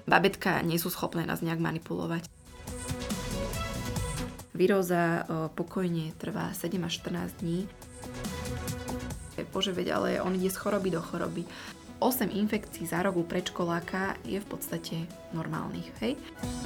Babetka nie sú schopné nás nejak manipulovať. Viróza pokojne trvá 7 až 14 dní. Bože, veď, ale on ide z choroby do choroby. 8 infekcií za rok u predškoláka je v podstate normálnych, hej?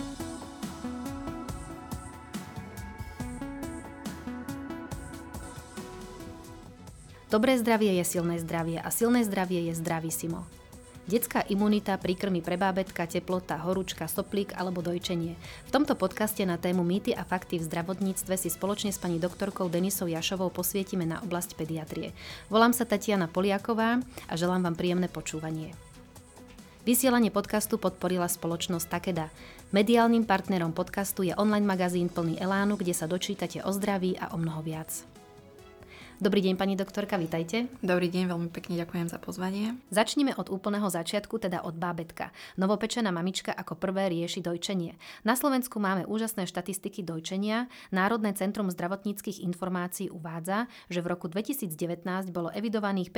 Dobré zdravie je silné zdravie a silné zdravie je zdravísimo. Detská imunita, príkrmy pre bábätka, teplota, horúčka, soplík alebo dojčenie. V tomto podcaste na tému mýty a fakty v zdravotníctve si spoločne s pani doktorkou Denisou Jašovou posvietime na oblasť pediatrie. Volám sa Tatiana Poliaková a želám vám príjemné počúvanie. Vysielanie podcastu podporila spoločnosť Takeda. Mediálnym partnerom podcastu je online magazín plný elánu, kde sa dočítate o zdraví a o mnoho viac. Dobrý deň, pani doktorka, vitajte. Dobrý deň, veľmi pekne ďakujem za pozvanie. Začnime od úplného začiatku, teda od bábätka. Novopečená mamička ako prvé rieši dojčenie. Na Slovensku máme úžasné štatistiky dojčenia. Národné centrum zdravotníckych informácií uvádza, že v roku 2019 bolo evidovaných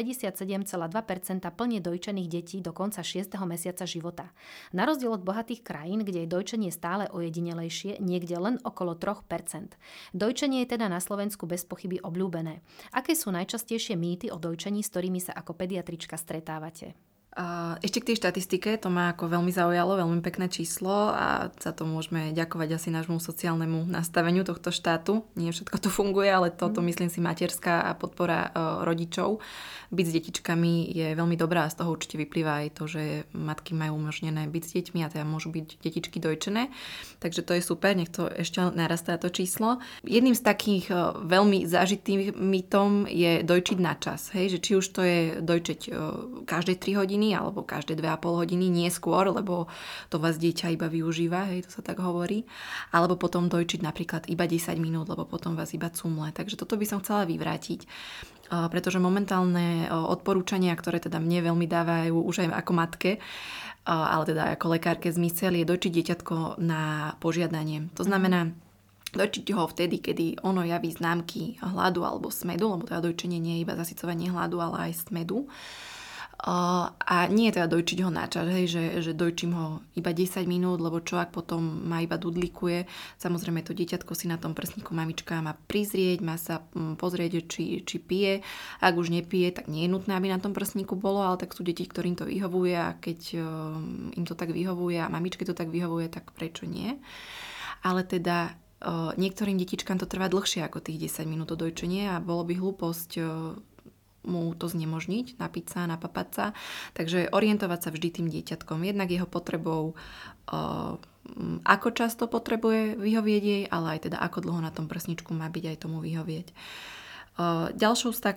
57,2% plne dojčených detí do konca 6. mesiaca života. Na rozdiel od bohatých krajín, kde je dojčenie stále ojedinelejšie, niekde len okolo 3%. Dojčenie je teda na Slovensku bez pochyby obľúbené. Aké sú najčastejšie mýty o dojčení, s ktorými sa ako pediatrička stretávate? Ešte k tej štatistike, to ma ako veľmi zaujalo, veľmi pekné číslo a za to môžeme ďakovať asi nášmu sociálnemu nastaveniu tohto štátu. Nie všetko to funguje, ale toto myslím si materská a podpora rodičov. Byť s detičkami je veľmi dobrá a z toho určite vyplýva aj to, že matky majú umožnené byť s deťmi a teda môžu byť detičky dojčené. Takže to je super, nech to ešte narastá to číslo. Jedným z takých veľmi zážitých mýtom je dojčiť na čas. Hej? Že či už to je dojčiť každé 3 hodiny alebo každé 2,5 hodiny, nie skôr, lebo to vás dieťa iba využíva, hej, to sa tak hovorí. Alebo potom dojčiť napríklad iba 10 minút, lebo potom vás iba cumle. Takže toto by som chcela vyvrátiť. Pretože momentálne odporúčania, ktoré teda mne veľmi dávajú už aj ako matke, ale teda ako lekárke zmysel, je dojčiť dieťatko na požiadanie. To znamená, dojčiť ho vtedy, kedy ono javí známky hladu alebo smädu, lebo teda dojčenie nie je iba zasycovanie hladu, ale aj smädu. A nie je teda dojčiť ho na čas, hej, že dojčím ho iba 10 minút, lebo čo ak potom ma iba dudlikuje. Samozrejme to dieťatko si na tom prsníku mamička má prizrieť, má sa pozrieť, či pije. Ak už nepije, tak nie je nutné, aby na tom prsníku bolo, ale tak sú deti, ktorým to vyhovuje a keď im to tak vyhovuje a mamičke to tak vyhovuje, tak prečo nie? Ale teda niektorým detičkám to trvá dlhšie ako tých 10 minút dojčenie a bolo by hlúposť mu to znemožniť, napiť sa, napapať sa. Takže orientovať sa vždy tým dieťatkom. Jednak jeho potrebou, ako často potrebuje vyhovieť jej, ale aj teda ako dlho na tom prsničku má byť aj tomu vyhovieť. Ďalšou z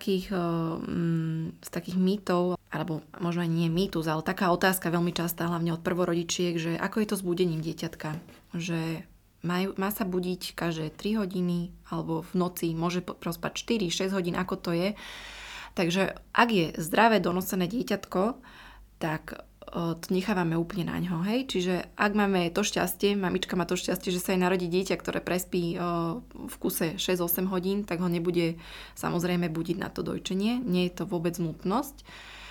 takých mýtov, alebo možno aj nie mýtus, ale taká otázka veľmi častá, hlavne od prvorodičiek, že ako je to s budením dieťatka. Že má sa budiť každé 3 hodiny, alebo v noci môže prospať 4-6 hodín, ako to je. Takže ak je zdravé donosené dieťatko, tak to nechávame úplne na ňo. Hej? Čiže ak máme to šťastie, mamička má to šťastie, že sa jej narodí dieťa, ktoré prespí v kuse 6-8 hodín, tak ho nebude samozrejme budiť na to dojčenie. Nie je to vôbec nutnosť.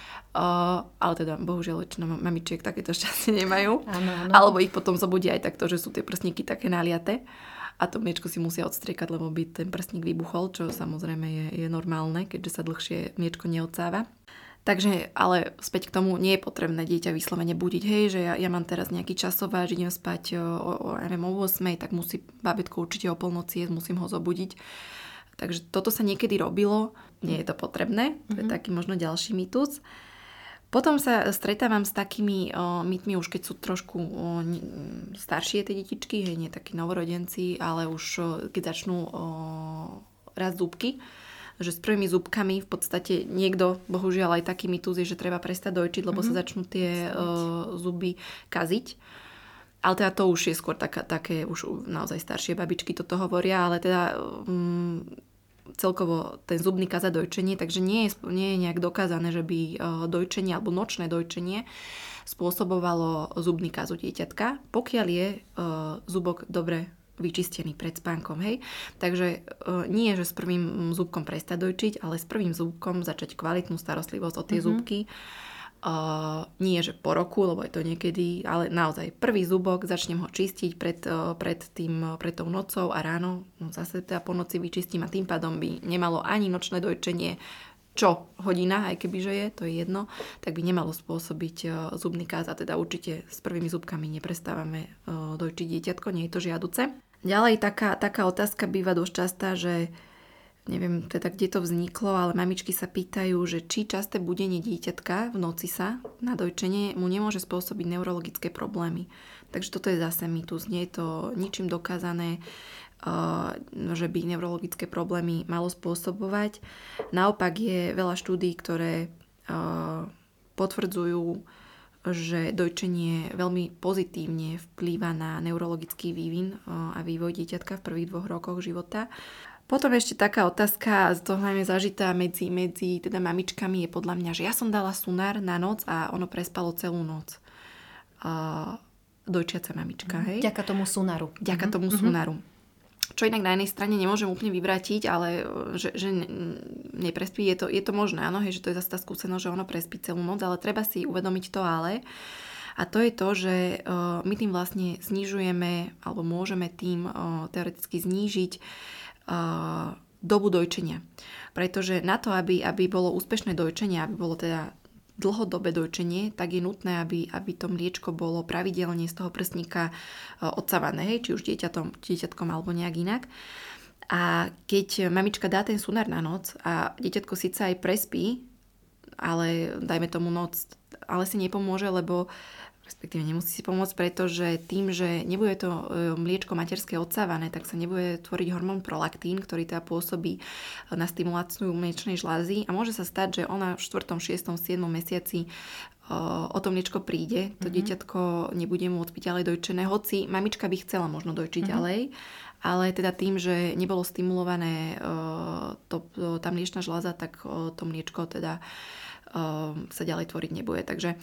Ale teda bohužiaľ väčšina mamičiek takéto šťastie nemajú. Áno. Alebo ich potom zobudí aj takto, že sú tie prsníky také naliaté. A to mliečko si musia odstriekať, lebo by ten prstník vybuchol, čo samozrejme je normálne, keďže sa dlhšie mliečko neodsáva. Takže, ale späť k tomu, nie je potrebné dieťa vyslovene budiť. Hej, že ja mám teraz nejaký časováč, idem spať o 8, tak musí bábätko určite o polnoci jesť, musím ho zobudiť. Takže toto sa niekedy robilo, nie je to potrebné, to je taký možno ďalší mýtus. Potom sa stretávam s takými mýtmi, už keď sú trošku staršie tie detičky, hej, nie takí novorodenci, ale už keď začnú rásť zúbky, že s prvými zúbkami v podstate niekto, bohužiaľ aj taký mýtus je, že treba prestať dojčiť, lebo sa začnú tie zuby kaziť. Ale teda to už je skôr také už naozaj staršie babičky toto hovoria, ale teda celkovo ten zubný kaza dojčenie, takže nie je nejak dokázané, že by dojčenie alebo nočné dojčenie spôsobovalo zubný kazu dieťatka, pokiaľ je zubok dobre vyčistený pred spánkom, hej. Takže nie je, že s prvým zúbkom prestať dojčiť, ale s prvým zúbkom začať kvalitnú starostlivosť o tie zúbky Nie, že po roku, lebo je to niekedy, ale naozaj prvý zubok, začnem ho čistiť pred tou nocou a ráno zase teda po noci vyčistím a tým pádom by nemalo ani nočné dojčenie, čo hodina, aj kebyže je, to je jedno, tak by nemalo spôsobiť zubný káz a teda určite s prvými zubkami neprestávame dojčiť dieťatko, nie je to žiaduce. Ďalej taká otázka býva dosť častá, že neviem teda, kde to vzniklo, ale mamičky sa pýtajú, že či časté budenie dieťatka v noci sa na dojčenie mu nemôže spôsobiť neurologické problémy. Takže toto je zase mýtus. Nie je to ničím dokázané, že by neurologické problémy malo spôsobovať. Naopak je veľa štúdií, ktoré potvrdzujú, že dojčenie veľmi pozitívne vplýva na neurologický vývin a vývoj dieťatka v prvých 2 rokoch života. Potom ešte taká otázka, to najmä zažitá medzi teda mamičkami je podľa mňa, že ja som dala sunár na noc a ono prespalo celú noc. Dojčiaca mamička, hej? Vďaka tomu sunáru. Vďaka tomu sunáru. Čo inak na jednej strane nemôžem úplne vyvrátiť, ale že neprespí, je to možné, áno, hej, že to je zase tá skúsenosť, že ono prespí celú noc, ale treba si uvedomiť to ale. A to je to, že my tým vlastne znižujeme, alebo môžeme tým teoreticky znížiť dobu dojčenia. Pretože na to, aby bolo úspešné dojčenie, aby bolo teda dlhodobé dojčenie, tak je nutné, aby to mliečko bolo pravidelne z toho prstníka odsávané, hej, či už dieťatkom alebo nejak inak. A keď mamička dá ten sunár na noc a dieťatko síce aj prespí, ale dajme tomu noc, ale si nepomôže, lebo respektíve nemusí si pomôcť, pretože tým, že nebude to mliečko materské odsávané, tak sa nebude tvoriť hormón prolaktín, ktorý teda pôsobí na stimuláciu mliečnej žľazy a môže sa stať, že ona v 4., 6., 7. mesiaci o to mliečko príde, to dieťatko nebude môcť byť ďalej dojčené, hoci mamička by chcela možno dojčiť ďalej, ale teda tým, že nebolo stimulované tá mliečna žľaza, tak to mliečko teda sa ďalej tvoriť nebude. Takže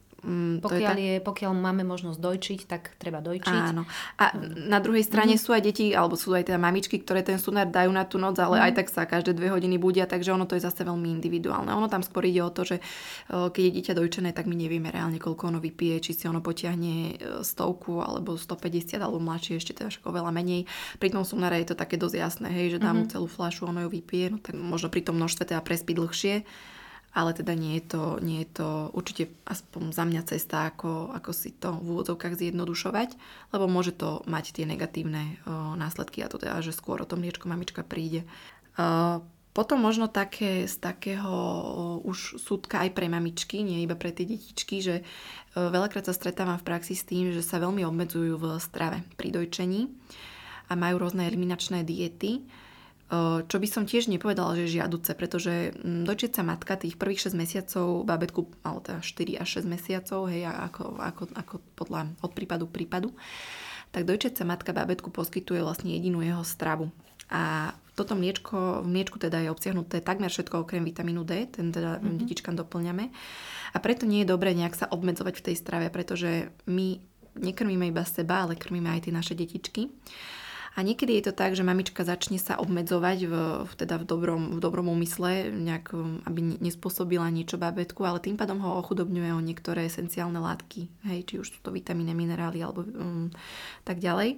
pokiaľ máme možnosť dojčiť, tak treba dojčiť. Áno. A na druhej strane sú aj deti, alebo sú aj teda mamičky, ktoré ten sunár dajú na tú noc, ale aj tak sa každé 2 hodiny budia, takže ono to je zase veľmi individuálne. Ono tam skôr ide o to, že keď je dieťa dojčené, tak my nevieme reálne, koľko ono vypije, či si ono potiahne 100 alebo 150, alebo mladšie ešte teda však oveľa menej. Pri tom sunáre je to také dosť jasné, hej, že dá mu celú fľašu, ono ju vypije, no tak možno pri tom množstve teda prespí dlhšie. Ale teda nie je to určite aspoň za mňa cesta, ako si to v úvodzovkách zjednodušovať, lebo môže to mať tie negatívne následky a to teda, že skôr o to mliečko mamička príde. Potom možno z takého už súdka aj pre mamičky, nie iba pre tie detičky, že veľakrát sa stretávam v praxi s tým, že sa veľmi obmedzujú v strave pri dojčení a majú rôzne eliminačné diety, čo by som tiež nepovedala, že je žiaduce, pretože dojčiaca matka tých prvých 6 mesiacov bábätku, alebo teda 4 až 6 mesiacov, hej, ako podľa od prípadu k prípadu, tak dojčiaca matka bábätku poskytuje vlastne jedinú jeho stravu. A toto v mliečku teda je obsiahnuté takmer všetko okrem vitamínu D, ten teda detičkám doplňame. A preto nie je dobré nejak sa obmedzovať v tej strave, pretože my nekrmíme iba seba, ale krmíme aj tie naše detičky. A niekedy je to tak, že mamička začne sa obmedzovať v dobrom úmysle, nejak, aby nespôsobila niečo bábätku, ale tým pádom ho ochudobňuje o niektoré esenciálne látky, hej, či už sú to vitamíny, minerály alebo tak ďalej.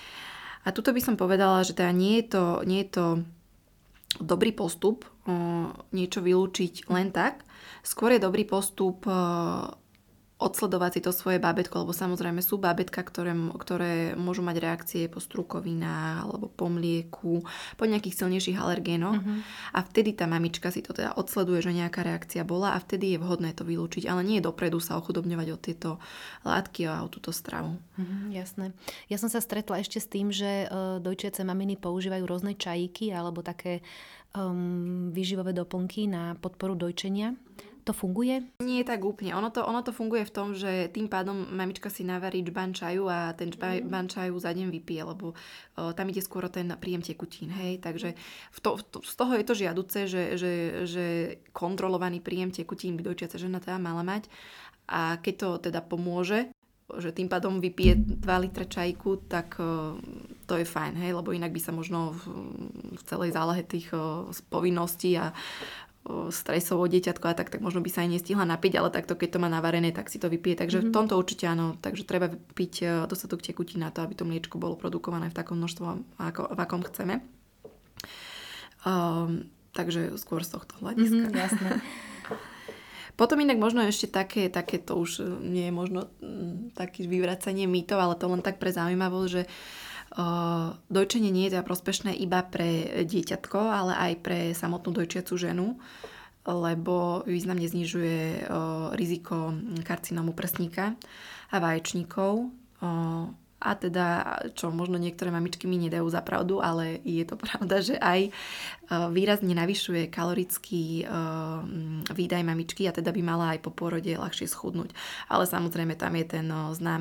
A tuto by som povedala, že teda nie je to dobrý postup niečo vylúčiť len tak. Skôr je dobrý postup odsledovať si to svoje bábätko, lebo samozrejme sú bábätka, ktoré môžu mať reakcie po strukovinách alebo po mlieku, po nejakých silnejších alergénoch a vtedy tá mamička si to teda odsleduje, že nejaká reakcia bola a vtedy je vhodné to vylúčiť, ale nie je dopredu sa ochudobňovať o tieto látky a o túto stravu. Jasné. Ja som sa stretla ešte s tým, že dojčiace maminy používajú rôzne čajíky alebo také výživové doplnky na podporu dojčenia. To funguje? Nie je tak úplne. Ono to funguje v tom, že tým pádom mamička si navarí džban čaju a ten džban čaju za deň vypije, lebo tam ide skôr o ten príjem tekutín. Hej? Takže z toho je to žiaduce, že kontrolovaný príjem tekutín by dojčiaca žena teda mala mať. A keď to teda pomôže, že tým pádom vypije 2 litre čajku, tak to je fajn, hej? Lebo inak by sa možno v celej zálohe tých povinností a stresovo dieťatko a tak možno by sa aj nestihla napiť, ale takto keď to má navarené, tak si to vypije. Takže v tomto určite áno, takže treba piť dostatok tekutín na to, aby to mliečko bolo produkované v takom množstve, v akom chceme. Takže skôr z tohto hľadiska. Jasné. Potom inak možno ešte také to už nie je možno také vyvracanie mýtov, ale to len tak pre zaujímavosť, že dojčenie nie je teda prospešné iba pre dieťatko, ale aj pre samotnú dojčiacu ženu, lebo významne znižuje riziko karcinómu prsníka a vaječníkov. A teda, čo možno niektoré mamičky mi nedajú za pravdu, ale je to pravda, že aj výrazne navyšuje kalorický výdaj mamičky a teda by mala aj po pôrode ľahšie schudnúť. Ale samozrejme tam je ten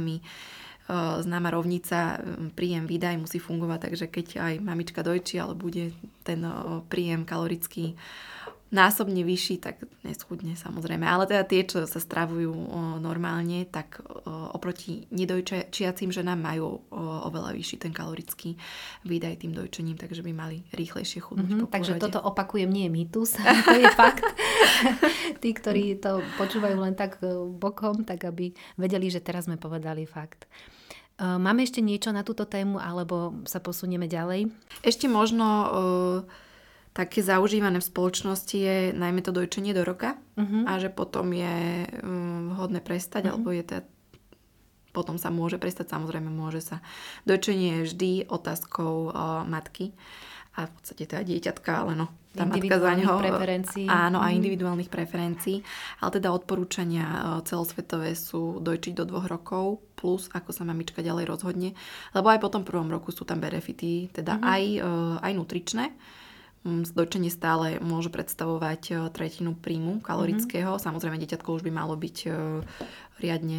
známa rovnica, príjem, výdaj musí fungovať, takže keď aj mamička dojčí, ale bude ten príjem kalorický násobne vyšší, tak neschudne samozrejme. Ale teda tie, čo sa stravujú normálne, tak oproti nedojčiacim ženám majú oveľa vyšší ten kalorický výdaj tým dojčením, takže by mali rýchlejšie chudnúť po pôrode. Takže toto opakujem, nie je mýtus, to je fakt. Tí, ktorí to počúvajú len tak bokom, tak aby vedeli, že teraz sme povedali fakt. Máme ešte niečo na túto tému, alebo sa posunieme ďalej? Ešte možno také zaužívané v spoločnosti je najmä to dojčenie do roka a že potom je vhodné prestať, alebo je potom sa môže prestať, samozrejme môže sa. Dojčenie je vždy otázkou matky a v podstate teda dieťatka, ale tá matka za ňoho. Preferencií. Áno, a individuálnych preferencií. Ale teda odporúčania celosvetové sú dojčiť do 2 rokov plus, ako sa mamička ďalej rozhodne. Lebo aj po tom 1. roku sú tam benefity, teda aj nutričné. Dojčenie stále môže predstavovať 1/3 príjmu kalorického. Samozrejme, dieťatko už by malo byť riadne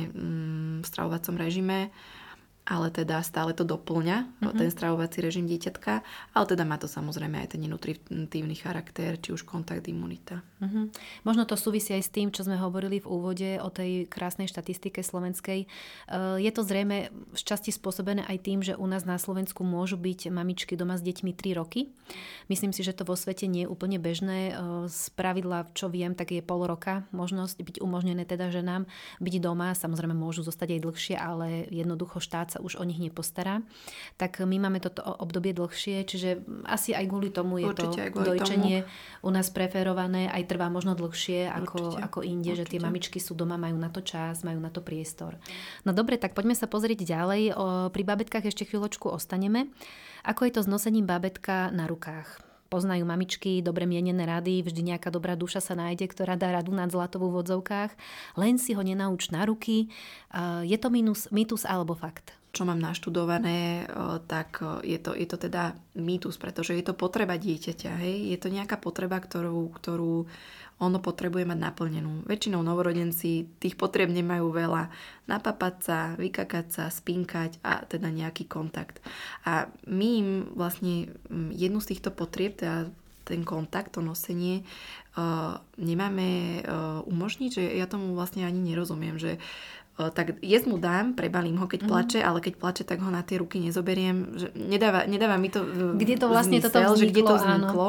v stravovacom režime, ale teda stále to doplňa ten stravovací režim dieťatka, ale teda má to samozrejme aj ten nenutritívny charakter, či už kontakt, imunita. Možno to súvisí aj s tým, čo sme hovorili v úvode o tej krásnej štatistike slovenskej. Je to zrejme v časti spôsobené aj tým, že u nás na Slovensku môžu byť mamičky doma s deťmi 3 roky. Myslím si, že to vo svete nie je úplne bežné. Z pravidla, čo viem, tak je pol roka možnosť byť umožnené teda ženám byť doma. Samozrejme môžu zostať aj dlhšie, ale jednoducho štát sa už o nich nepostará. Tak my máme toto obdobie dlhšie, čiže asi aj kvôli tomu je určite to dojčenie u nás preferované, aj trvá možno dlhšie ako inde, že tie mamičky sú doma, majú na to čas, majú na to priestor. No dobre, tak poďme sa pozrieť ďalej. Pri bábätkách ešte chvíľočku ostaneme. Ako je to s nosením bábätka na rukách? Poznajú mamičky dobre mienené rady, vždy nejaká dobrá duša sa nájde, ktorá dá radu nad zlatou v odzovkách. Len si ho nenauč na ruky. Je to mýtus alebo fakt? Čo mám naštudované, tak je to teda mýtus, pretože je to potreba dieťaťa. Hej? Je to nejaká potreba, ktorú ono potrebuje mať naplnenú. Väčšinou novorodenci tých potrieb nemajú veľa. Napapať sa, vykakať sa, spinkať a teda nejaký kontakt. A my im vlastne jednu z týchto potrieb, teda ten kontakt, to nosenie, nemáme umožniť, že ja tomu vlastne ani nerozumiem, že tak jesť mu dám, prebalím ho, keď plače, ale keď plače, tak ho na tie ruky nezoberiem. Že nedáva mi to kde to vlastne zmysel, toto vzniklo, že kde to vzniklo.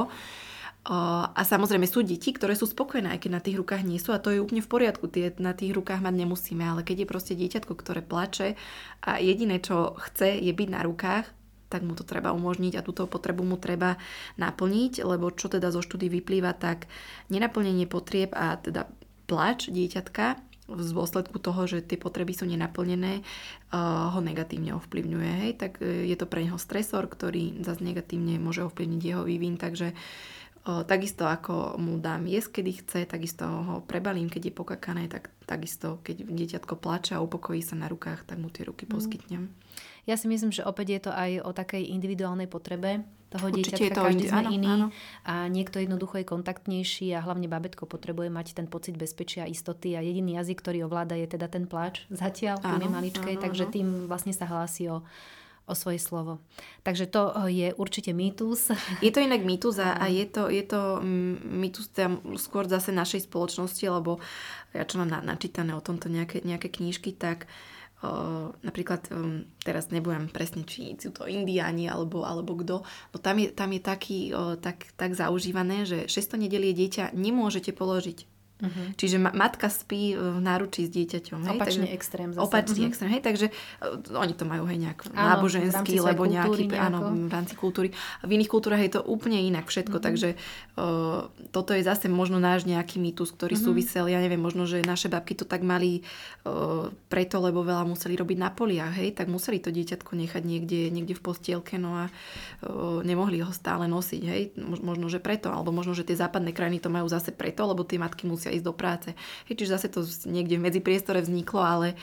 A samozrejme sú deti, ktoré sú spokojné, aj keď na tých rukách nie sú a to je úplne v poriadku. Na tých rukách mať nemusíme, ale keď je proste dieťatko, ktoré plače a jediné, čo chce, je byť na rukách, tak mu to treba umožniť a túto potrebu mu treba naplniť, lebo čo teda zo štúdí vyplýva, tak nenaplnenie potrieb a teda plač dieťatka v dôsledku toho, že tie potreby sú nenaplnené, ho negatívne ovplyvňuje. Hej? Tak je to pre neho stresor, ktorý zase negatívne môže ovplyvniť jeho vývin, takže takisto ako mu dám jesť, kedy chce, takisto ho prebalím, keď je pokakané, tak takisto, keď dieťatko plače a upokojí sa na rukách, tak mu tie ruky poskytnem. Ja si myslím, že opäť je to aj o takej individuálnej potrebe toho určite dieťatka, každý sme iný áno. A niekto jednoducho je kontaktnejší a hlavne bábätko potrebuje mať ten pocit bezpečia a istoty a jediný jazyk, ktorý ovláda, je teda ten pláč zatiaľ, tým je maličkej, takže tým vlastne sa hlási o svoje slovo. Takže to je určite mýtus. Je to inak mýtus a je to mýtus skôr zase našej spoločnosti, lebo ja čo mám načítané o tomto nejaké knížky, tak napríklad teraz nebudem presne, či sú to Indiáni alebo kto, no tam je taký, tak zaužívané, že 6. nedelie dieťa nemôžete položiť. Čiže matka spí v náručí s dieťaťom. Hej? Opačný extrém zase. Opačný extrém, hej? Takže oni to majú nejak náboženský, lebo nejaký v rámci kultúry. V iných kultúrach je to úplne inak všetko, takže toto je zase možno náš nejaký mýtus, ktorý súvisel, ja neviem, možno, že naše babky to tak mali preto, lebo veľa museli robiť na poliach, hej? Tak museli to dieťatko nechať niekde v postielke, no a nemohli ho stále nosiť, hej? Možno, že preto, alebo možno, že tie západné krajiny to majú zase preto, lebo tie matky musia ísť do práce. Hej, čiže zase to niekde v medzipriestore vzniklo, ale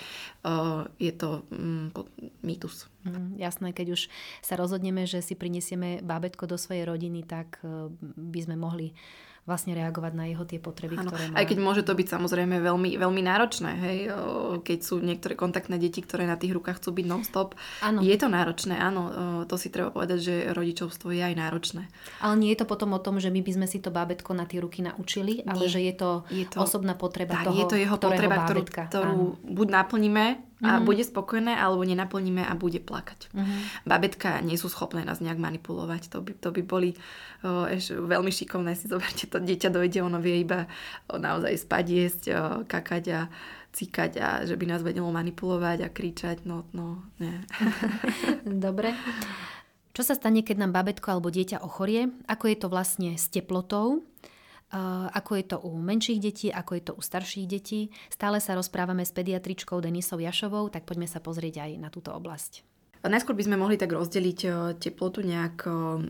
je to mýtus. Jasné, keď už sa rozhodneme, že si prinesieme bábätko do svojej rodiny, tak by sme mohli vlastne reagovať na jeho tie potreby, ktoré má. Aj keď môže to byť samozrejme veľmi, veľmi náročné, hej? Keď sú niektoré kontaktné deti, ktoré na tých rukách chcú byť non-stop. Áno. Je to náročné, áno. To si treba povedať, že rodičovstvo je aj náročné. Ale nie je to potom o tom, že my by sme si to bábätko na tie ruky naučili, ale že je to osobná potreba toho, je to jeho potreba, ktorú buď naplníme a bude spokojné, alebo nenaplníme a bude plakať. Bábätka nie sú schopné nás nejak manipulovať. To by boli ešte veľmi šikovné. Si zoberte, to dieťa dojde, ono vie iba naozaj spať, jesť, kakať a cikať a že by nás vedelo manipulovať a kričať. No, nie. Dobre. Čo sa stane, keď nám bábätko alebo dieťa ochorie? Ako je to vlastne s teplotou? Ako je to u menších detí, ako je to u starších detí. Stále sa rozprávame s pediatričkou Denisou Jašovou, tak poďme sa pozrieť aj na túto oblasť. Najskôr by sme mohli tak rozdeliť teplotu nejak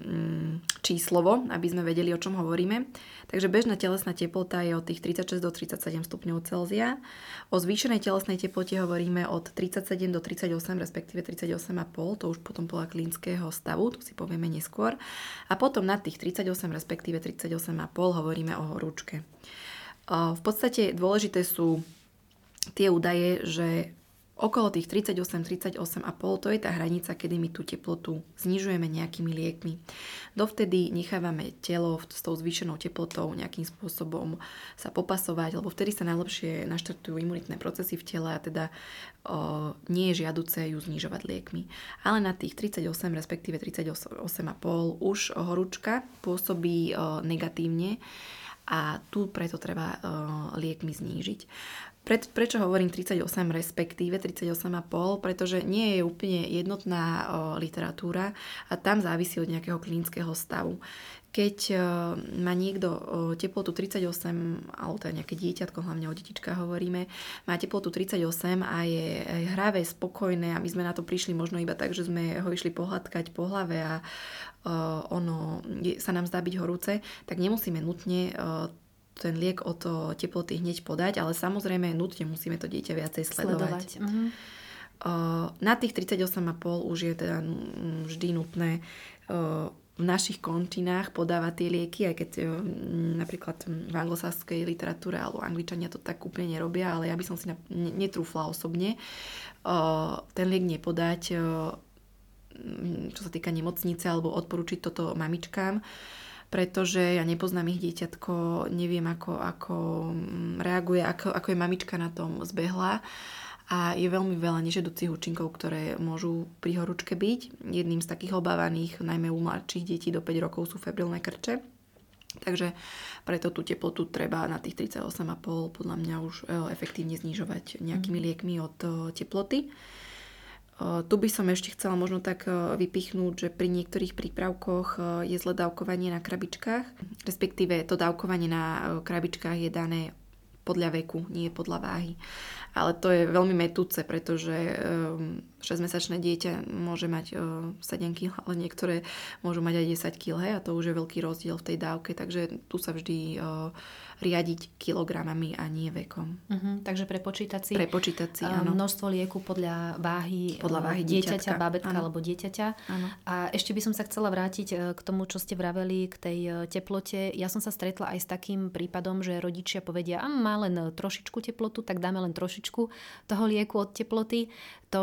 číslovo, aby sme vedeli, o čom hovoríme. Takže bežná telesná teplota je od tých 36 do 37 stupňov Celzia. O zvýšenej telesnej teplote hovoríme od 37 do 38, respektíve 38,5, to už potom podľa klinického stavu, to si povieme neskôr. A potom na tých 38, respektíve 38,5 hovoríme o horúčke. V podstate dôležité sú tie údaje, že okolo tých 38, 38,5 to je tá hranica, kedy my tú teplotu znižujeme nejakými liekmi. Dovtedy nechávame telo s tou zvýšenou teplotou nejakým spôsobom sa popasovať, lebo vtedy sa najlepšie naštartujú imunitné procesy v tele a teda nie je žiaduce ju znižovať liekmi. Ale na tých 38, respektíve 38,5 už horúčka pôsobí negatívne a tu preto treba liekmi znížiť. Prečo hovorím 38, respektíve 38,5? Pretože nie je úplne jednotná literatúra a tam závisí od nejakého klinického stavu. Keď má niekto teplotu 38, alebo teda nejaké dieťatko, hlavne o detičkách hovoríme, má teplotu 38 a je hravé, spokojné a my sme na to prišli možno iba tak, že sme ho išli pohľadkať po hlave a sa nám zdá byť horúce, tak nemusíme nutne ten liek od teploty hneď podať, ale samozrejme nutne musíme to dieťa viacej sledovať. Na tých 38,5 už je teda vždy nutné v našich končinách podávať tie lieky, aj keď napríklad v anglosaskej literatúre alebo Angličania to tak úplne nerobia, ale ja by som si netrúfla osobne ten liek nepodať, čo sa týka nemocnice, alebo odporučiť toto mamičkám, pretože ja nepoznám ich dieťatko, neviem ako reaguje, ako je mamička na tom zbehla a je veľmi veľa nežiaducich účinkov, ktoré môžu pri horúčke byť. Jedným z takých obávaných, najmä u mladších detí do 5 rokov, sú febrilné krče. Takže preto tú teplotu treba na tých 38,5 podľa mňa už efektívne znižovať nejakými liekmi od teploty. Tu by som ešte chcela možno tak vypichnúť, že pri niektorých prípravkoch je zlé dávkovanie na krabičkách, respektíve to dávkovanie na krabičkách je dané podľa veku, nie podľa váhy. Ale to je veľmi mätúce, pretože 6-mesačné dieťa môže mať 7 kg, ale niektoré môžu mať aj 10 kg, a to už je veľký rozdiel v tej dávke, takže tu sa vždy riadiť kilogramami a nie vekom. Takže prepočítať si áno. Množstvo lieku podľa váhy dieťaťa, bábätka alebo dieťaťa. Áno. A ešte by som sa chcela vrátiť k tomu, čo ste vraveli, k tej teplote. Ja som sa stretla aj s takým prípadom, že rodičia povedia, má len trošičku teplotu, tak dáme len trošičku toho lieku od teploty. To samozrejme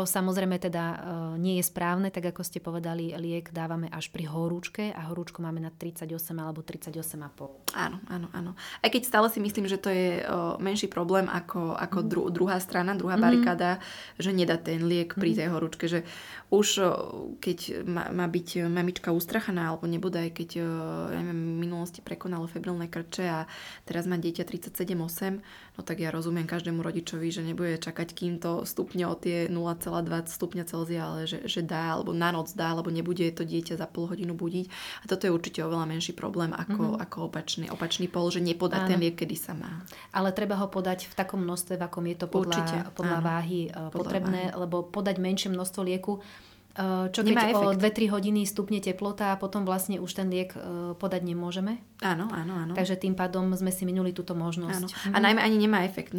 samozrejme teda nie je správne, tak ako ste povedali, liek dávame až pri horúčke a horúčku máme na 38 alebo 38,5. Áno. Aj keď stále si myslím, že to je menší problém ako druhá strana, druhá barikáda, že nedá ten liek pri tej horúčke, že už keď má byť mamička ustrachaná, alebo nebodaj, keď v minulosti prekonalo febrilné krče a teraz má dieťa 37,8, no tak ja rozumiem každému rodičovi, že nebude čakať, kým to stupne o tie 0,2 stupňa Celzia, ale že dá, alebo na noc dá, alebo nebude to dieťa za pol hodinu budiť. A toto je určite oveľa menší problém ako opačný pol, že nepodá ten liek, kedy sa má. Ale treba ho podať v takom množstve, v akom je to podľa váhy potrebné, lebo podať menšie množstvo lieku, čo keď o 2-3 hodiny stupne teplota a potom vlastne už ten liek podať nemôžeme. Áno. Takže tým pádom sme si minuli túto možnosť. Áno. A najmä ani nemá efekt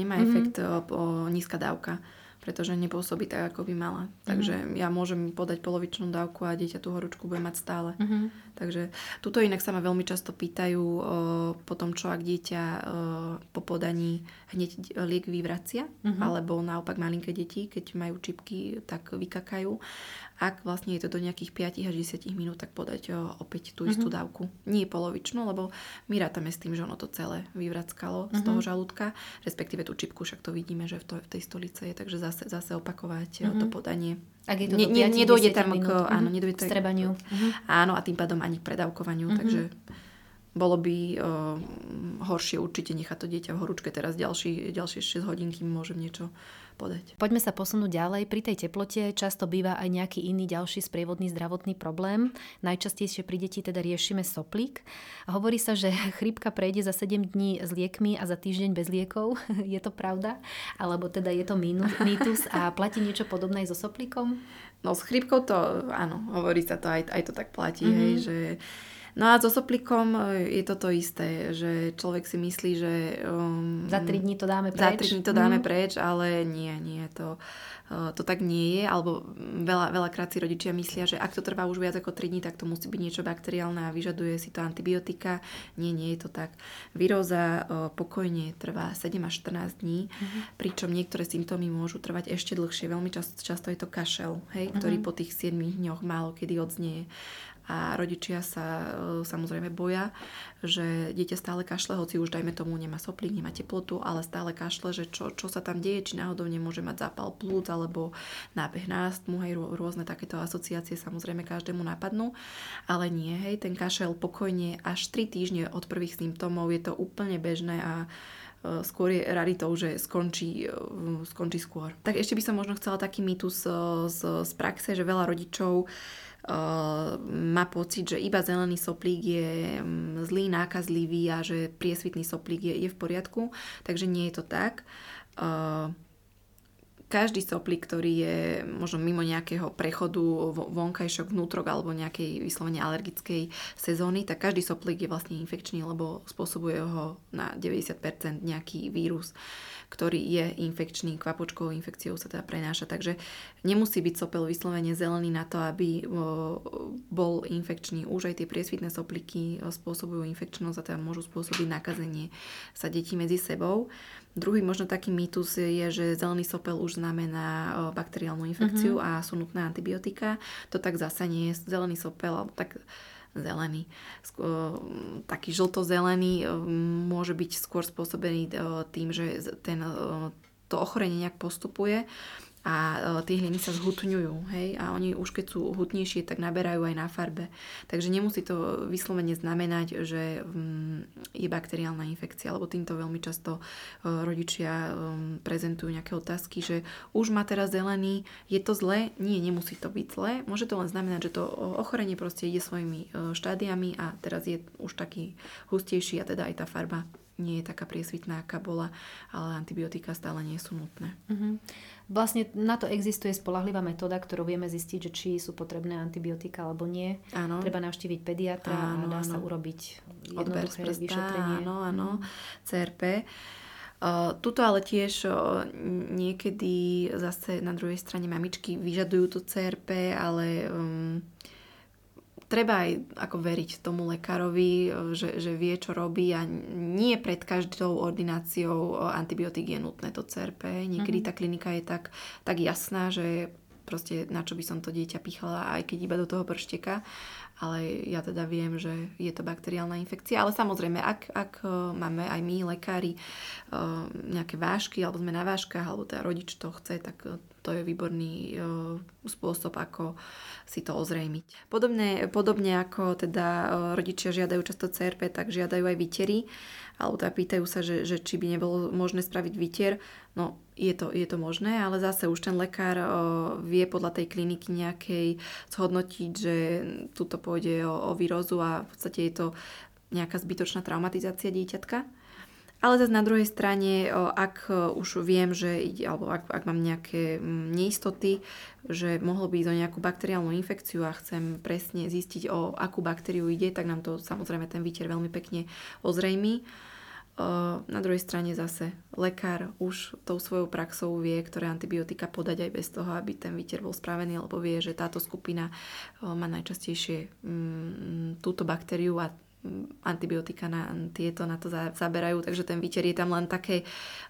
nízka dávka, pretože nepôsobí tak, ako by mala. Takže ja môžem podať polovičnú dávku a dieťa tú horúčku bude mať stále. Takže tuto inak sa ma veľmi často pýtajú po tom, čo ak dieťa po podaní hneď liek vyvracia, alebo naopak malinké deti, keď majú čipky, tak vykakajú. Ak vlastne je to do nejakých 5 až 10 minút, tak podať opäť tú istú dávku. Nie polovičnú, lebo my rátame s tým, že ono to celé vyvrackalo z toho žalúdka, respektíve tú čipku, však to vidíme, že v tej stolice je, takže zase opakovať to podanie. Ak je to do 5-10 nedôjde tam minút nedôjde k strebaniu. Áno, a tým pádom ani k predávkovaniu, takže bolo by horšie určite nechať to dieťa v horúčke teraz ďalšie 6 hodín, kým môžem niečo podať. Poďme sa posunúť ďalej. Pri tej teplote často býva aj nejaký iný ďalší sprievodný zdravotný problém. Najčastejšie pri deti teda riešime soplík. A hovorí sa, že chrípka prejde za 7 dní s liekmi a za týždeň bez liekov. Je to pravda? Alebo teda je to mýtus a platí niečo podobné aj so soplíkom? No s chrípkou to áno, hovorí sa to, aj to tak platí, hej, že no a so soplíkom je to isté, že človek si myslí, že za 3 dní to dáme preč. Za 3 dní to dáme preč, ale nie, to tak nie je, alebo veľakrát si rodičia myslia, že ak to trvá už viac ako 3 dní, tak to musí byť niečo bakteriálne a vyžaduje si to antibiotika. Nie je to tak. Viróza pokojne trvá 7 až 14 dní, pričom niektoré symptómy môžu trvať ešte dlhšie. Veľmi často je to kašel, hej, ktorý po tých 7 dňoch málo kedy odznieje. A rodičia sa samozrejme boja, že dieťa stále kašle, hoci už dajme tomu nemá soplík, nemá teplotu, ale stále kašle, že čo sa tam deje, či náhodou nemôže mať zápal plúc alebo nábeh na astmu, hej, rôzne takéto asociácie samozrejme každému napadnú, ale nie, hej, ten kašel pokojne až 3 týždne od prvých symptómov je to úplne bežné a skôr je raritou, že skončí skôr. Tak ešte by som možno chcela taký mýtus z praxe, že veľa rodičov má pocit, že iba zelený soplík je zlý, nákazlivý a že priesvitný soplík je v poriadku, takže nie je to tak. Každý soplík, ktorý je možno mimo nejakého prechodu vonkajšok, vnútrok alebo nejakej vyslovene alergickej sezóny, tak každý soplík je vlastne infekčný, lebo spôsobuje ho na 90% nejaký vírus, ktorý je infekčný, kvapočkovou infekciou sa teda prenáša. Takže nemusí byť sopel vyslovene zelený na to, aby bol infekčný. Už aj tie priesvitné soplíky spôsobujú infekčnosť a teda môžu spôsobiť nakazenie sa detí medzi sebou. Druhý možno taký mýtus je, že zelený sopel už znamená bakteriálnu infekciu a sú nutné antibiotika. To tak zasa nie je. Zelený sopel, alebo tak zelený, taký žlto-zelený môže byť skôr spôsobený tým, že to ochorenie nejak postupuje a tie hliny sa zhutňujú, hej, a oni už keď sú hutnejšie, tak naberajú aj na farbe. Takže nemusí to vyslovene znamenať, že je bakteriálna infekcia, lebo týmto veľmi často rodičia prezentujú nejaké otázky, že už má teraz zelený, je to zlé? Nie, nemusí to byť zlé. Môže to len znamenať, že to ochorenie proste ide svojimi štádiami a teraz je už taký hustejší a teda aj tá farba nie je taká priesvitná, aká bola, ale antibiotika stále nie sú nutné. Vlastne na to existuje spoľahlivá metóda, ktorú vieme zistiť, že či sú potrebné antibiotika alebo nie. Áno. Treba navštíviť pediatra a dá sa urobiť jednoduché vyšetrenie. Áno, CRP. Tuto ale tiež niekedy zase na druhej strane mamičky vyžadujú to CRP, ale treba aj ako veriť tomu lekárovi, že vie, čo robí a nie pred každou ordináciou antibiotík je nutné to CRP. Niekedy tá klinika je tak jasná, že proste na čo by som to dieťa pichala, aj keď iba do toho pršteka. Ale ja teda viem, že je to bakteriálna infekcia. Ale samozrejme, ak máme aj my, lekári, nejaké vážky, alebo sme na vážkach, alebo teda rodič to chce, tak to je výborný spôsob, ako si to ozrejmiť. Podobne ako teda rodičia žiadajú často CRP, tak žiadajú aj výtery, alebo teda pýtajú sa, že či by nebolo možné spraviť výter. No, je to možné, ale zase už ten lekár vie podľa tej kliniky nejakej zhodnotiť, že tuto pôjde o vírózu a v podstate je to nejaká zbytočná traumatizácia dieťatka. Ale zase na druhej strane, ak už viem, že alebo ak mám nejaké neistoty, že mohlo by ísť o nejakú bakteriálnu infekciu a chcem presne zistiť, o akú baktériu ide, tak nám to samozrejme ten výter veľmi pekne ozrejmí. Na druhej strane zase lekár už tou svojou praxou vie, ktoré antibiotika podať aj bez toho, aby ten výter bol spravený, lebo vie, že táto skupina má najčastejšie túto baktériu a antibiotika na to zaberajú, takže ten výter je tam len také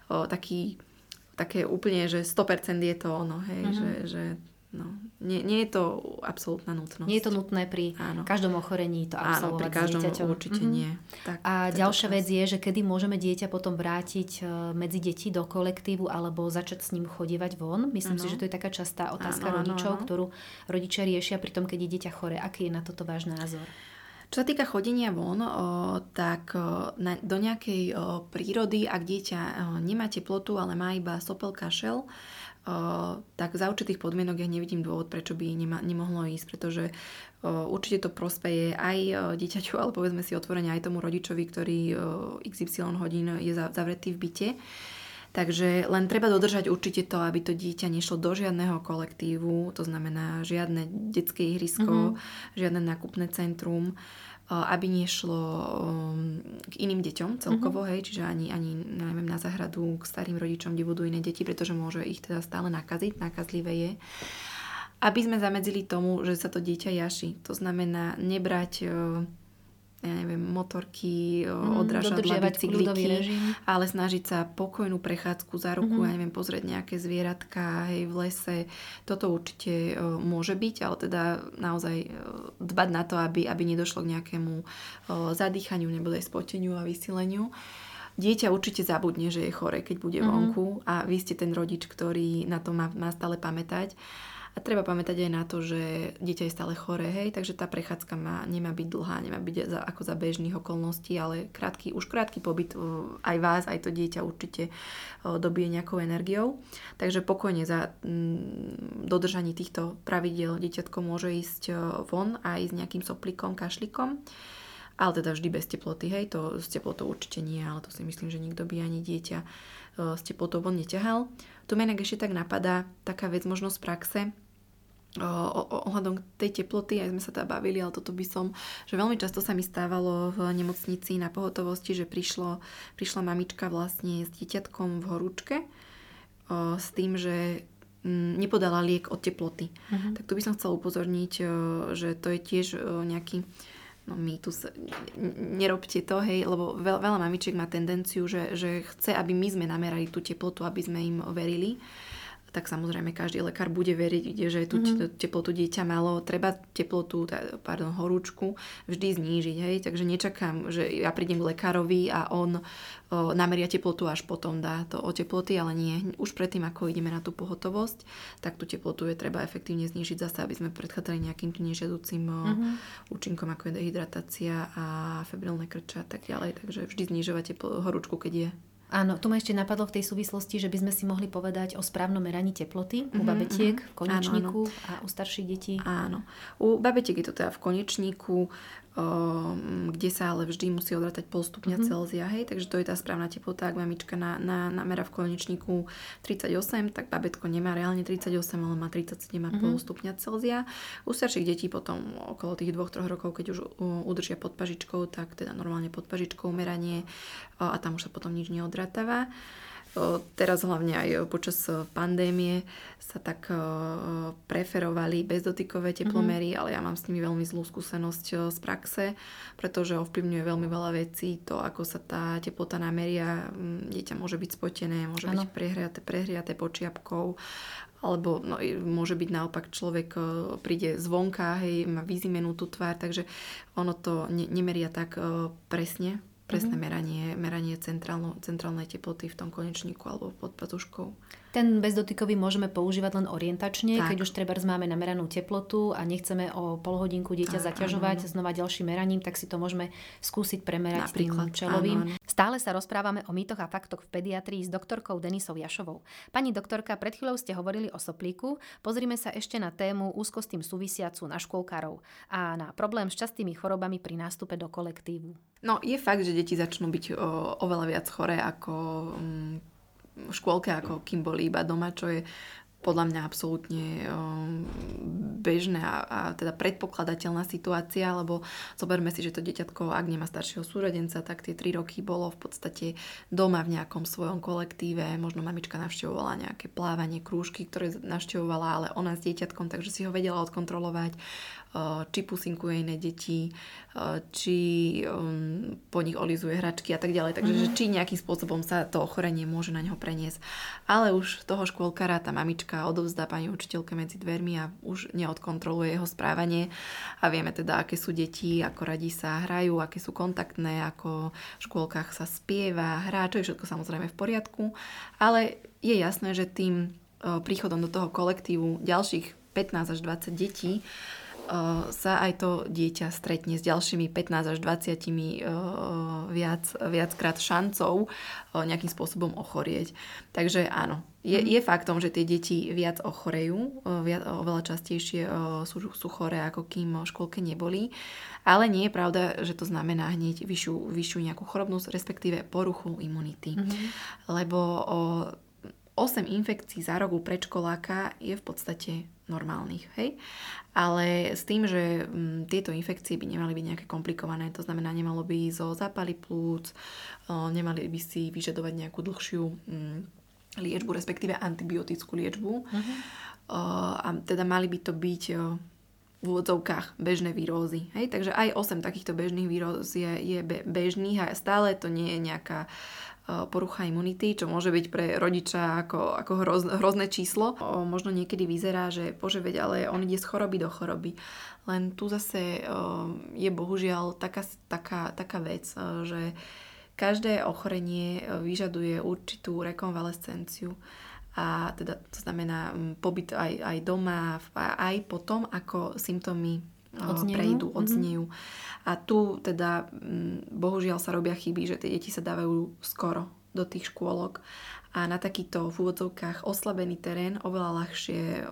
úplne, že 100% je to ono, hej, že no, nie je to absolútna nutnosť. Nie je to nutné pri každom ochorení to absolvovať. Áno, pri každom určite nie. Tak, a ďalšia vec je, že kedy môžeme dieťa potom vrátiť medzi deti do kolektívu alebo začať s ním chodievať von. Myslím si, že to je taká častá otázka rodičov, ktorú rodičia riešia pri tom, keď je dieťa chore. Aký je na toto váš názor? Čo sa týka chodenia von, tak do nejakej prírody, ak dieťa nemá teplotu, ale má iba sopel, kašel, tak za určitých podmienok ja nevidím dôvod, prečo by nemohlo ísť, pretože určite to prospeje aj dieťaťu, ale povedzme si otvorene aj tomu rodičovi, ktorý XY hodín je zavretý v byte. Takže len treba dodržať určite to, aby to dieťa nešlo do žiadneho kolektívu, to znamená žiadne detské ihrisko, žiadne nákupné centrum, aby nešlo k iným deťom celkovo, hej, čiže ani neviem, na záhradu k starým rodičom, kde budú iné deti, pretože môže ich teda stále nakaziť, nakazlivé je. Aby sme zamedzili tomu, že sa to dieťa jaší. To znamená nebrať motorky, odrážadla, bicykliky, ale snažiť sa pokojnú prechádzku za ruku, pozrieť nejaké zvieratka, hej, v lese. Toto určite môže byť, ale teda naozaj dbať na to, aby nedošlo k nejakému zadýchaniu, nebodaj spoteniu a vysileniu. Dieťa určite zabudne, že je chore, keď bude vonku a vy ste ten rodič, ktorý na to má stále pamätať. A treba pamätať aj na to, že dieťa je stále choré, hej, takže tá prechádzka nemá byť dlhá, nemá byť ako za bežných okolností, ale krátky pobyt aj vás, aj to dieťa určite dobije nejakou energiou. Takže pokojne za dodržanie týchto pravidiel dieťatko môže ísť von a ísť nejakým soplíkom, kašlikom. Ale teda vždy bez teploty, hej, to s teplotou určite nie, ale to si myslím, že nikto by ani dieťa s teplotou von neťahal. Tu ma inak ešte tak napadá taká vec možno z praxe, ohľadom tej teploty, aj sme sa teda bavili, ale toto by som, že veľmi často sa mi stávalo v nemocnici na pohotovosti, že prišla mamička vlastne s dieťatkom v horúčke s tým, že nepodala liek od teploty. Tak tu by som chcela upozorniť, že to je tiež nejaký mýtus, nerobte to, hej, lebo veľa mamičiek má tendenciu, že chce, aby my sme namerali tú teplotu, aby sme im verili. Tak samozrejme každý lekár bude veriť, že tú teplotu dieťa malo. Treba horúčku vždy znížiť. Hej? Takže nečakám, že ja prídem k lekárovi a on nameria teplotu až potom dá to o teploty, ale nie. Už predtým, ako ideme na tú pohotovosť, tak tú teplotu je treba efektívne znížiť zase, aby sme predchádzali nejakým nežiaducím účinkom, ako je dehydratácia a febrilné krče a tak ďalej. Takže vždy znižovať horúčku, keď je. Áno, tu ma ešte napadlo v tej súvislosti, že by sme si mohli povedať o správnom meraní teploty u babetiek v konečníku a u starších detí. Áno. U babetiek je to teda v konečníku, kde sa ale vždy musí odrátať 0,5 stupňa Celzia, hej, takže to je tá správna teplota. Ak mamička namera v konečníku 38, tak babetko nemá reálne 38, ale má 37,5 stupňa Celzia. U starších detí potom okolo tých 2-3 rokov, keď už udržia pod pažičkou, tak teda normálne pod pažičkou meranie a tam už sa potom nič neodrátáva. Teraz hlavne aj počas pandémie sa tak preferovali bezdotykové teplomery, ale ja mám s nimi veľmi zlú skúsenosť z praxe, pretože ovplyvňuje veľmi veľa vecí. To, ako sa tá teplota nameria, dieťa môže byť spotené, môže byť prehriaté počiapkou, alebo no, môže byť naopak človek príde zvonka, hej, má vyzimenú tú tvár, takže ono to nemeria tak presné meranie centrálnej teploty v tom konečníku alebo pod patuškou. Ten bezdotykový môžeme používať len orientačne, tak. Keď už trebárs máme nameranú teplotu a nechceme o pol hodinku dieťa zaťažovať znova ďalším meraním, tak si to môžeme skúsiť premerať napríklad, tým čelovým. Áno. Stále sa rozprávame o mýtoch a faktoch v pediatrii s doktorkou Denisou Jašovou. Pani doktorka, pred chvíľou ste hovorili o soplíku. Pozrime sa ešte na tému úzko s tým súvisiacu na škôlkarov a na problém s častými chorobami pri nástupe do kolektívu. No, je fakt, že deti začnú byť oveľa viac choré ako v škôlke, ako kým boli iba doma, čo je podľa mňa absolútne bežné a teda predpokladateľná situácia, lebo zoberme si, že to dieťatko, ak nemá staršieho súrodenca, tak tie 3 roky bolo v podstate doma v nejakom svojom kolektíve, možno mamička navštevovala nejaké plávanie, krúžky, ktoré navštevovala, ale ona s dieťatkom, takže si ho vedela odkontrolovať, či pusinkuje iné deti, či po nich olizuje hračky a tak ďalej. Takže či nejakým spôsobom sa to ochorenie môže na neho preniesť. Ale už toho škôlkara tá mamička odovzdá pani učiteľke medzi dvermi a už neodkontroluje jeho správanie. A vieme teda, aké sú deti, ako radi sa hrajú, aké sú kontaktné, ako v škôlkach sa spieva, hrá, čo je všetko samozrejme v poriadku. Ale je jasné, že tým príchodom do toho kolektívu ďalších 15 až 20 detí sa aj to dieťa stretne s ďalšími 15 až 20 viackrát šancou nejakým spôsobom ochorieť. Takže áno, je faktom, že tie deti viac ochorejú, oveľa častejšie sú choré, ako kým v škôlke neboli. Ale nie je pravda, že to znamená hneď vyššiu nejakú chorobnosť, respektíve poruchu imunity. Lebo 8 infekcií za rok u predškoláka je v podstate normálnych, hej? Ale s tým, že tieto infekcie by nemali byť nejaké komplikované, to znamená, nemalo by zo zápaly plúc, nemali by si vyžadovať nejakú dlhšiu liečbu, respektíve antibiotickú liečbu. A teda mali by to byť v úvodzovkách bežné vírózy. Hej? Takže aj 8 takýchto bežných víróz je bežných a stále to nie je nejaká porucha imunity, čo môže byť pre rodiča ako hrozné číslo. Možno niekedy vyzerá, že bože veď, ale on ide z choroby do choroby. Len tu zase je bohužiaľ taká vec, že každé ochorenie vyžaduje určitú rekonvalescenciu. A teda to znamená pobyt aj doma, aj potom, ako symptómy odznejú. A tu teda bohužiaľ sa robia chyby, že tie deti sa dávajú skoro do tých škôlok a na takýto v úvodzovkách oslabený terén oveľa ľahšie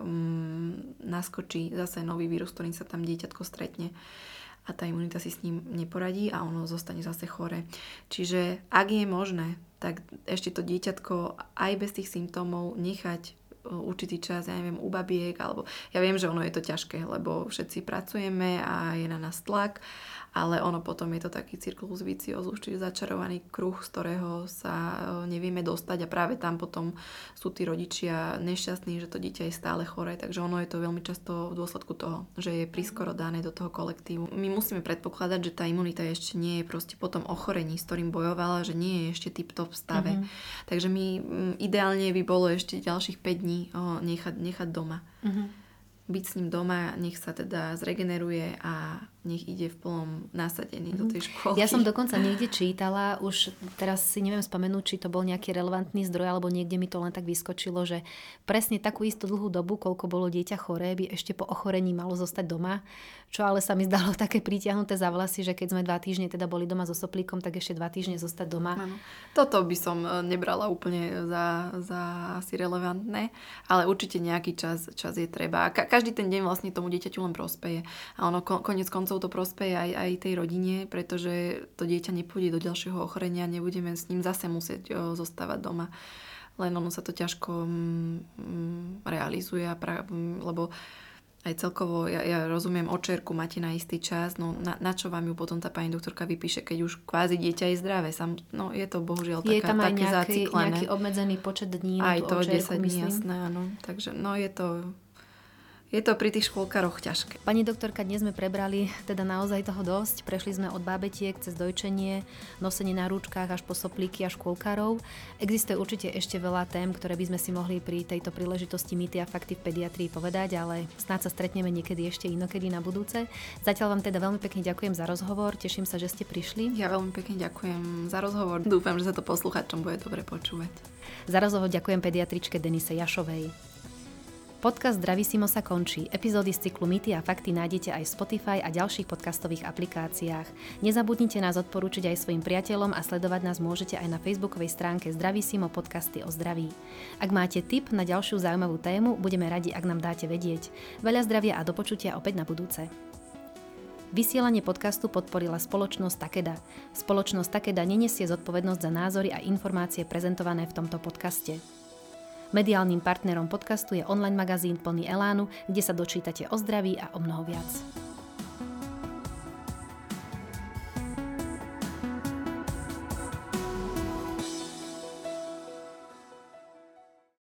naskočí zase nový vírus, ktorým sa tam dieťatko stretne a tá imunita si s ním neporadí a ono zostane zase choré. Čiže ak je možné, tak ešte to dieťatko aj bez tých symptómov nechať určitý čas, ja neviem, u babiek, alebo ja viem, že ono je to ťažké, lebo všetci pracujeme a je na nás tlak, ale ono potom je to taký circulus viciosus, čiže začarovaný kruh, z ktorého sa nevieme dostať a práve tam potom sú tí rodičia nešťastní, že to dieťa je stále choré, takže ono je to veľmi často v dôsledku toho, že je priskoro dané do toho kolektívu. My musíme predpokladať, že tá imunita ešte nie je proste po tom ochorení, s ktorým bojovala, že nie je ešte tip-top v stave. Takže my ideálne by bolo ešte ďalších 5 dní nechať doma. Byť s ním doma, nech sa teda zregeneruje a nech ide v plnom násadení do tej škôlky. Ja som dokonca niekde čítala, už teraz si neviem spomenúť, či to bol nejaký relevantný zdroj, alebo niekde mi to len tak vyskočilo, že presne takú istú dlhú dobu, koľko bolo dieťa choré, by ešte po ochorení malo zostať doma, čo ale sa mi zdalo také pritiahnuté za vlasy, že keď sme 2 týždne teda boli doma so soplíkom, tak ešte 2 týždne zostať doma. Áno. Toto by som nebrala úplne za asi relevantné, ale určite nejaký čas je treba. Každý ten deň vlastne tomu dieťaťu len prospeje. A ono koniec koncov to prospeje aj tej rodine, pretože to dieťa nepôjde do ďalšieho ochorenia, nebudeme s ním zase musieť zostávať doma. Len ono sa to ťažko realizuje, lebo aj celkovo, ja rozumiem, očerku máte na istý čas, no na čo vám ju potom tá pani doktorka vypíše, keď už kvázi dieťa je zdravé. No je to bohužiaľ také zaciklené. Nejaký obmedzený počet dní aj na tú očerku, 10 dní, myslím. jasné, áno. Takže no je to Je to pri tých škôlkaroch ťažké. Pani doktorka, dnes sme prebrali teda naozaj toho dosť. Prešli sme od bábetiek cez dojčenie, nosenie na rúčkach až po soplíky a škôlkarov. Existuje určite ešte veľa tém, ktoré by sme si mohli pri tejto príležitosti mýty a fakty v pediatrii povedať, ale snáď sa stretneme niekedy ešte inokedy na budúce. Zatiaľ vám teda veľmi pekne ďakujem za rozhovor, teším sa, že ste prišli. Ja veľmi pekne ďakujem za rozhovor. Dúfam, že sa to poslucháčom bude dobre počúvať. Za rozhovor ďakujem pediatričke Denise Jašovej. Podcast Zdravísimo sa končí. Epizódy z cyklu Mýty a fakty nájdete aj v Spotify a ďalších podcastových aplikáciách. Nezabudnite nás odporúčiť aj svojim priateľom a sledovať nás môžete aj na facebookovej stránke Zdravísimo podcasty o zdraví. Ak máte tip na ďalšiu zaujímavú tému, budeme radi, ak nám dáte vedieť. Veľa zdravia a do počutia opäť na budúce. Vysielanie podcastu podporila spoločnosť Takeda. Spoločnosť Takeda nenesie zodpovednosť za názory a informácie prezentované v tomto podcaste. Mediálnym partnerom podcastu je online magazín plný elánu, kde sa dočítate o zdraví a o mnoho viac.